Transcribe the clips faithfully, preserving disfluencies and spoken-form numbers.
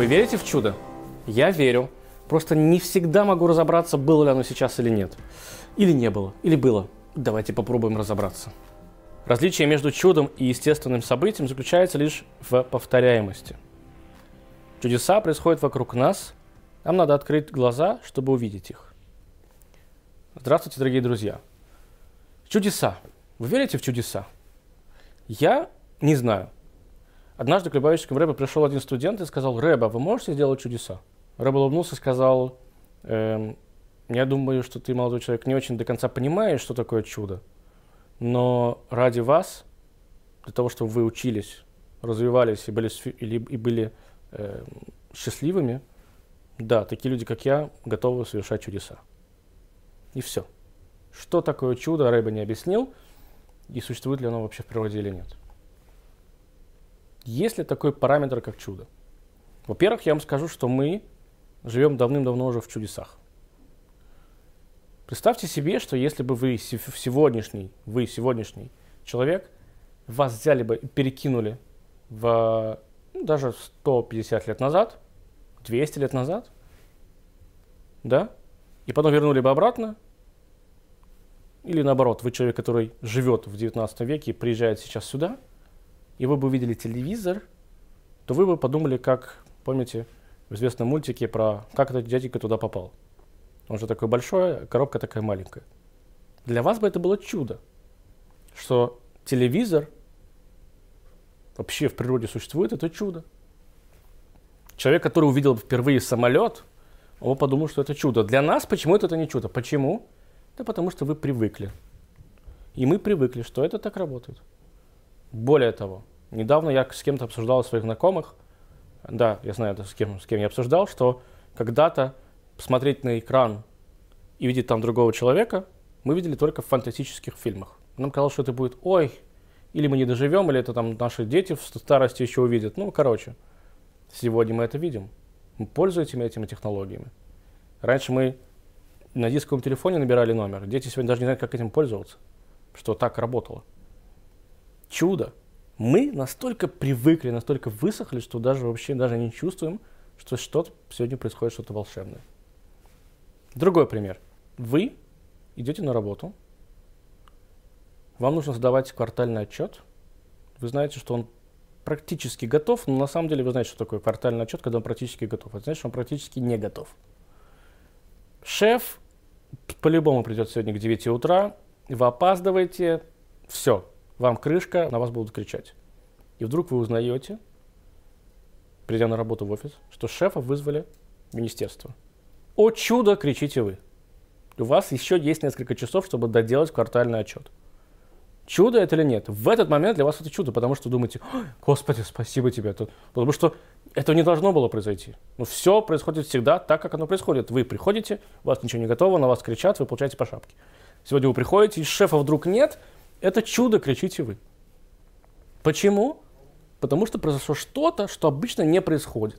Вы верите в чудо? Я верю. Просто не всегда могу разобраться, было ли оно сейчас или нет. Или не было, или было. Давайте попробуем разобраться. Различие между чудом и естественным событием заключается лишь в повторяемости. Чудеса происходят вокруг нас, нам надо открыть глаза, чтобы увидеть их. Здравствуйте, дорогие друзья. Чудеса. Вы верите в чудеса? Я не знаю. Однажды к любавическому рэбе пришел один студент и сказал: «Рэбе, вы можете сделать чудеса?» Рэбе улыбнулся и сказал: эм, «Я думаю, что ты, молодой человек, не очень до конца понимаешь, что такое чудо. Но ради вас, для того, чтобы вы учились, развивались и были, и были э, счастливыми, да, такие люди, как я, готовы совершать чудеса». И все. Что такое чудо, рэбе не объяснил, и существует ли оно вообще в природе или нет. Есть ли такой параметр, как чудо? Во-первых, я вам скажу, что мы живем давным-давно уже в чудесах. Представьте себе, что если бы вы сегодняшний, вы сегодняшний человек, вас взяли бы и перекинули в ну, даже сто пятьдесят лет назад, двести лет назад, да, и потом вернули бы обратно, или наоборот, вы человек, который живет в девятнадцатом веке и приезжает сейчас сюда, и вы бы увидели телевизор, то вы бы подумали, как, помните, в известном мультике про «Как этот дяденька туда попал». Он же такой большой, коробка такая маленькая. Для вас бы это было чудо, что телевизор вообще в природе существует, это чудо. Человек, который увидел впервые самолет, он подумал, что это чудо. Для нас почему-то это не чудо. Почему? Да потому что вы привыкли. И мы привыкли, что это так работает. Более того, недавно я с кем-то обсуждал своих знакомых, да, я знаю, с кем, с кем я обсуждал, что когда-то посмотреть на экран и видеть там другого человека мы видели только в фантастических фильмах. Нам казалось, что это будет «ой», или мы не доживем, или это там наши дети в старости еще увидят. Ну, короче, сегодня мы это видим. Мы пользуемся этими технологиями. Раньше мы на дисковом телефоне набирали номер. Дети сегодня даже не знают, как этим пользоваться, что так работало. Чудо. Мы настолько привыкли, настолько высохли, что даже вообще даже не чувствуем, что что-то сегодня происходит, что-то волшебное. Другой пример. Вы идете на работу, вам нужно сдавать квартальный отчет. Вы знаете, что он практически готов, но на самом деле вы знаете, что такое квартальный отчет, когда он практически готов. Это значит, что он практически не готов. Шеф по-любому придет сегодня к девяти утра, вы опаздываете, все. Вам крышка, на вас будут кричать. И вдруг вы узнаете, придя на работу в офис, что шефа вызвали в министерство. «О чудо!» — кричите вы. У вас еще есть несколько часов, чтобы доделать квартальный отчет. Чудо это или нет? В этот момент для вас это чудо, потому что думаете: «Господи, спасибо тебе». Потому что этого не должно было произойти. Но все происходит всегда так, как оно происходит. Вы приходите, у вас ничего не готово, на вас кричат, вы получаете по шапке. Сегодня вы приходите, и шефа вдруг нет. Это чудо, кричите вы. Почему? Потому что произошло что-то, что обычно не происходит.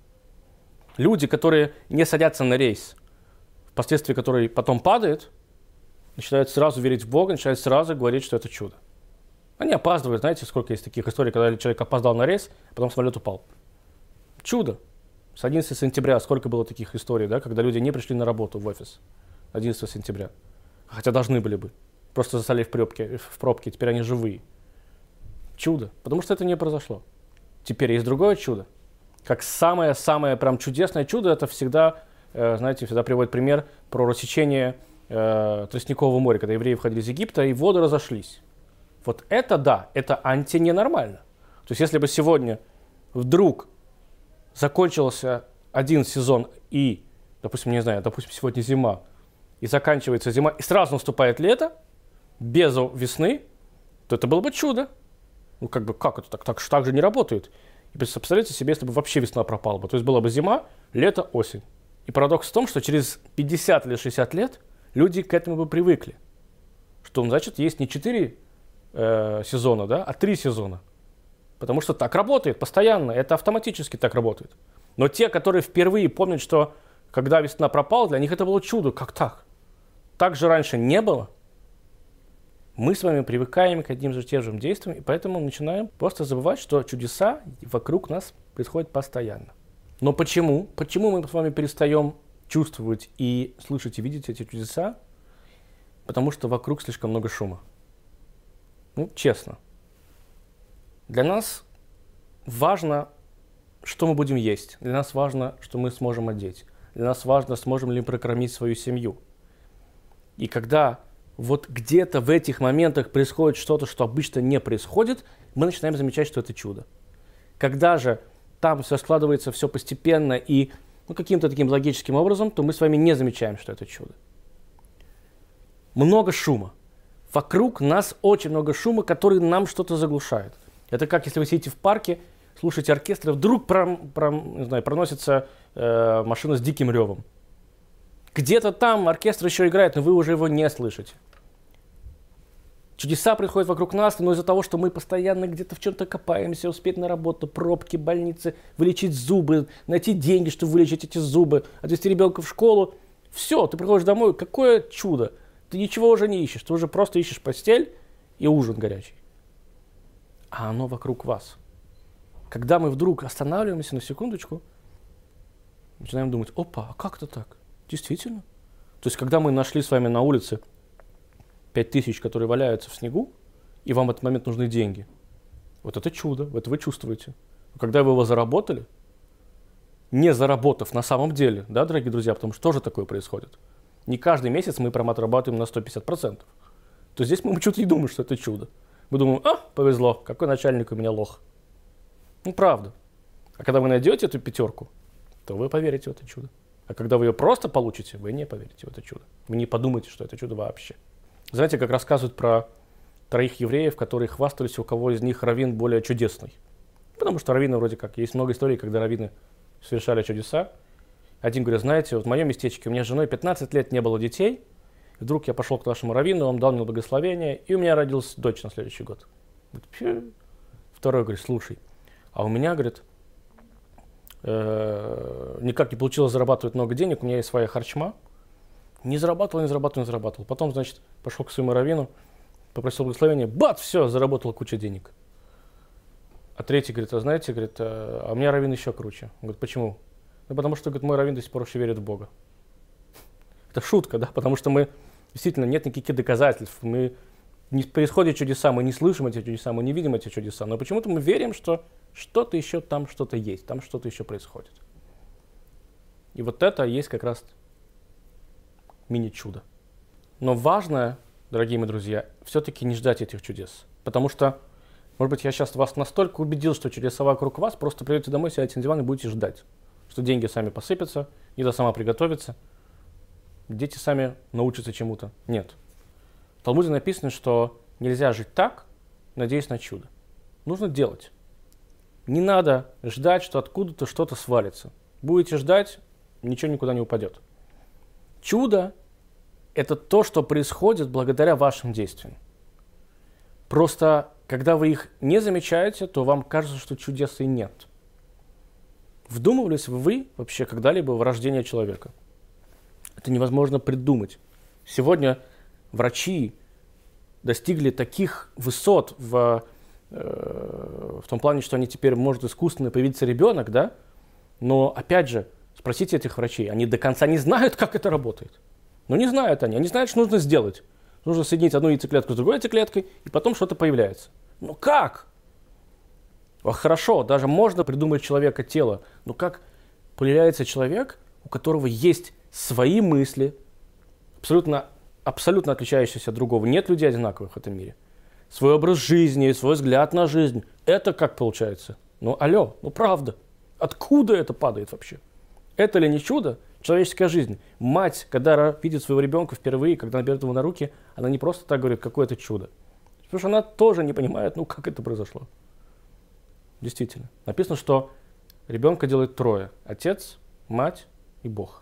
Люди, которые не садятся на рейс, впоследствии который потом падает, начинают сразу верить в Бога, начинают сразу говорить, что это чудо. Они опаздывают. Знаете, сколько есть таких историй, когда человек опоздал на рейс, а потом самолет упал. Чудо. С одиннадцатого сентября сколько было таких историй, да, когда люди не пришли на работу в офис одиннадцатого сентября. Хотя должны были бы. Просто застали в пробке, в пробке, теперь они живые. Чудо. Потому что это не произошло. Теперь есть другое чудо. Как самое-самое прям чудесное чудо, это всегда, э, знаете, всегда приводит пример про рассечение э, Тростникового моря, когда евреи входили из Египта, и воды разошлись. Вот это да, это антиненормально. То есть если бы сегодня вдруг закончился один сезон и, допустим, не знаю, допустим, сегодня зима, и заканчивается зима, и сразу наступает лето, без весны, то это было бы чудо. Ну, как бы, как это так? Так, так же не работает. И представляете себе, если бы вообще весна пропала бы. То есть была бы зима, лето, осень. И парадокс в том, что через пятьдесят или шестьдесят лет люди к этому бы привыкли. Что, значит, есть не четыре э, сезона, да, а три сезона. Потому что так работает постоянно, это автоматически так работает. Но те, которые впервые помнят, что когда весна пропала, для них это было чудо. Как так? Так же раньше не было. Мы с вами привыкаем к одним же тем же действиям, и поэтому начинаем просто забывать, что чудеса вокруг нас происходят постоянно. Но почему? Почему мы с вами перестаем чувствовать и слышать и видеть эти чудеса? Потому что вокруг слишком много шума. Ну, честно. Для нас важно, что мы будем есть. Для нас важно, что мы сможем одеть. Для нас важно, сможем ли мы прокормить свою семью. И когда вот где-то в этих моментах происходит что-то, что обычно не происходит, мы начинаем замечать, что это чудо. Когда же там все складывается, все постепенно и ну, каким-то таким логическим образом, то мы с вами не замечаем, что это чудо. Много шума. Вокруг нас очень много шума, который нам что-то заглушает. Это как если вы сидите в парке, слушаете оркестр, и вдруг пром, пром, не знаю, проносится э, машина с диким ревом. Где-то там оркестр еще играет, но вы уже его не слышите. Чудеса происходят вокруг нас, но из-за того, что мы постоянно где-то в чем-то копаемся, успеть на работу, пробки, больницы, вылечить зубы, найти деньги, чтобы вылечить эти зубы, отвезти ребенка в школу. Все, ты приходишь домой, какое чудо. Ты ничего уже не ищешь, ты уже просто ищешь постель и ужин горячий. А оно вокруг вас. Когда мы вдруг останавливаемся на секундочку, начинаем думать, опа, а как это так? Действительно? То есть, когда мы нашли с вами на улице пять тысяч, которые валяются в снегу, и вам в этот момент нужны деньги, вот это чудо, это вы чувствуете. Но когда вы его заработали, не заработав на самом деле, да, дорогие друзья, потому что тоже такое происходит. Не каждый месяц мы прям отрабатываем на сто пятьдесят процентов. То здесь мы почему-то не думаем, что это чудо. Мы думаем, а, повезло, какой начальник у меня лох. Ну, правда. А когда вы найдете эту пятерку, то вы поверите в это чудо. А когда вы ее просто получите, вы не поверите в это чудо. Вы не подумаете, что это чудо вообще. Знаете, как рассказывают про троих евреев, которые хвастались, у кого из них раввин более чудесный. Потому что раввины вроде как, есть много историй, когда раввины совершали чудеса. Один говорит, знаете, вот в моем местечке у меня с женой пятнадцать лет не было детей, и вдруг я пошел к нашему раввину, он дал мне благословение, и у меня родилась дочь на следующий год. Второй говорит, слушай, а у меня, говорит, э, никак не получилось зарабатывать много денег, у меня есть своя харчма, не зарабатывал, не зарабатывал, не зарабатывал. Потом, значит, пошел к своему раввину, попросил благословения, бац, все, заработал кучу денег. А третий говорит, а знаете, говорит, а у меня раввин еще круче. Он говорит, почему? Ну, потому что, говорит, мой раввин до сих пор еще верит в Бога. Это шутка, да, потому что мы, действительно, нет никаких доказательств, мы не происходят чудеса, мы не слышим эти чудеса, мы не видим эти чудеса, но почему-то мы верим, что что-то еще там, что-то есть, там что-то еще происходит. И вот это есть как раз мини-чудо. Но важно, дорогие мои друзья, все-таки не ждать этих чудес, потому что, может быть, я сейчас вас настолько убедил, что чудеса вокруг вас, просто придете домой, сядете на диван и будете ждать, что деньги сами посыпятся, еда сама приготовится, дети сами научатся чему-то. Нет. В Талмуде написано, что нельзя жить так, надеясь на чудо. Нужно делать. Не надо ждать, что откуда-то что-то свалится. Будете ждать, ничего никуда не упадет. Чудо – это то, что происходит благодаря вашим действиям. Просто, когда вы их не замечаете, то вам кажется, что чудес и нет. Вдумывались вы вообще когда-либо в рождение человека? Это невозможно придумать. Сегодня врачи достигли таких высот в, э, в том плане, что они теперь может искусственно появиться ребенок, да? Но опять же, спросите этих врачей, они до конца не знают, как это работает. Но не знают они, они знают, что нужно сделать. Нужно соединить одну яйцеклетку с другой яйцеклеткой, и потом что-то появляется. Ну как? О, хорошо, даже можно придумать человека тело, но как появляется человек, у которого есть свои мысли, абсолютно, абсолютно отличающиеся от другого. Нет людей одинаковых в этом мире. Свой образ жизни, свой взгляд на жизнь. Это как получается? Ну алло, ну правда. Откуда это падает вообще? Это ли не чудо? Человеческая жизнь. Мать, когда видит своего ребенка впервые, когда она берет его на руки, она не просто так говорит, какое это чудо. Потому что она тоже не понимает, ну как это произошло. Действительно. Написано, что ребенка делает трое. Отец, мать и Бог.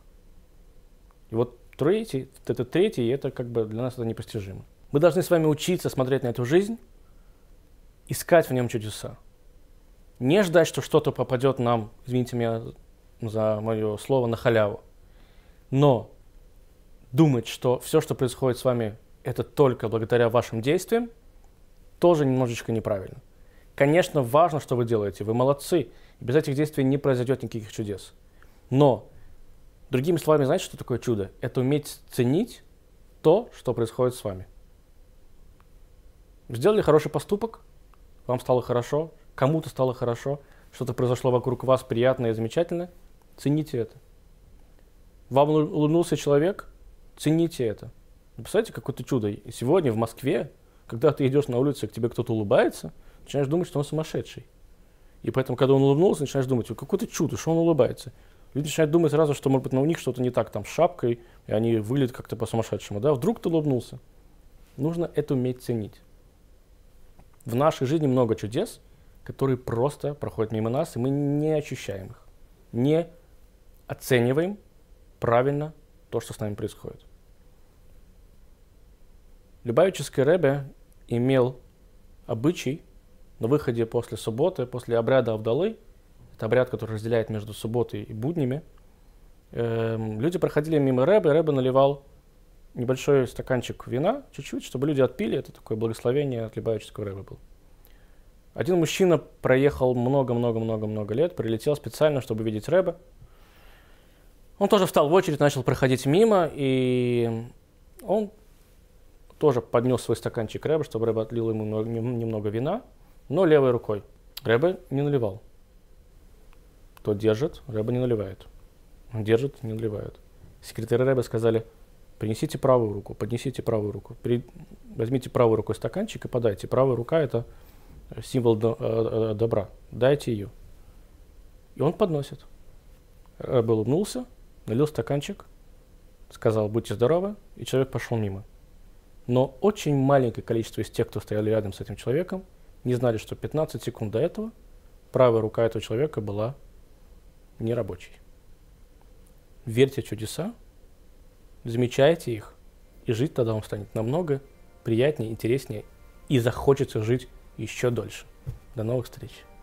И вот третий, это третий, это как бы для нас это непостижимо. Мы должны с вами учиться смотреть на эту жизнь, искать в нем чудеса. Не ждать, что что-то попадет нам, извините меня за мое слово, на халяву. Но думать, что все, что происходит с вами, это только благодаря вашим действиям, тоже немножечко неправильно. Конечно, важно, что вы делаете, вы молодцы. И без этих действий не произойдет никаких чудес. Но, другими словами, знаете, что такое чудо? Это уметь ценить то, что происходит с вами. Сделали хороший поступок, вам стало хорошо, кому-то стало хорошо, что-то произошло вокруг вас приятное и замечательное, цените это. Вам улыбнулся человек, цените это. Вы представляете, какое-то чудо. И сегодня в Москве, когда ты идешь на улице, к тебе кто-то улыбается, начинаешь думать, что он сумасшедший. И поэтому, когда он улыбнулся, начинаешь думать, какое-то чудо, что он улыбается. Люди начинают думать сразу, что, может быть, у них что-то не так там с шапкой, и они выглядят как-то по-сумасшедшему. Да? Вдруг ты улыбнулся. Нужно это уметь ценить. В нашей жизни много чудес, которые просто проходят мимо нас, и мы не ощущаем их. Не оцениваем правильно то, что с нами происходит. Любавический Ребе имел обычай на выходе после субботы, после обряда Авдалы, это обряд, который разделяет между субботой и буднями, эм, люди проходили мимо Ребе, Ребе наливал небольшой стаканчик вина, чуть-чуть, чтобы люди отпили, это такое благословение от Любавического Ребе был. Один мужчина проехал много-много-много-много лет, прилетел специально, чтобы видеть Ребе. Он тоже встал в очередь, начал проходить мимо, и он тоже поднес свой стаканчик к Ребе, чтобы Ребе отлил ему немного вина, но левой рукой. Ребе не наливал. Кто держит, Ребе не наливает. Он держит, не наливает. Секретари Ребе сказали: принесите правую руку, поднесите правую руку. При... Возьмите правой рукой стаканчик и подайте. Правая рука – это символ до, добра. Дайте ее. И он подносит. Ребе улыбнулся, налил стаканчик, сказал: будьте здоровы, и человек пошел мимо. Но очень маленькое количество из тех, кто стояли рядом с этим человеком, не знали, что пятнадцать секунд до этого правая рука этого человека была нерабочей. Верьте в чудеса, замечайте их, и жить тогда вам станет намного приятнее, интереснее, и захочется жить еще дольше. До новых встреч!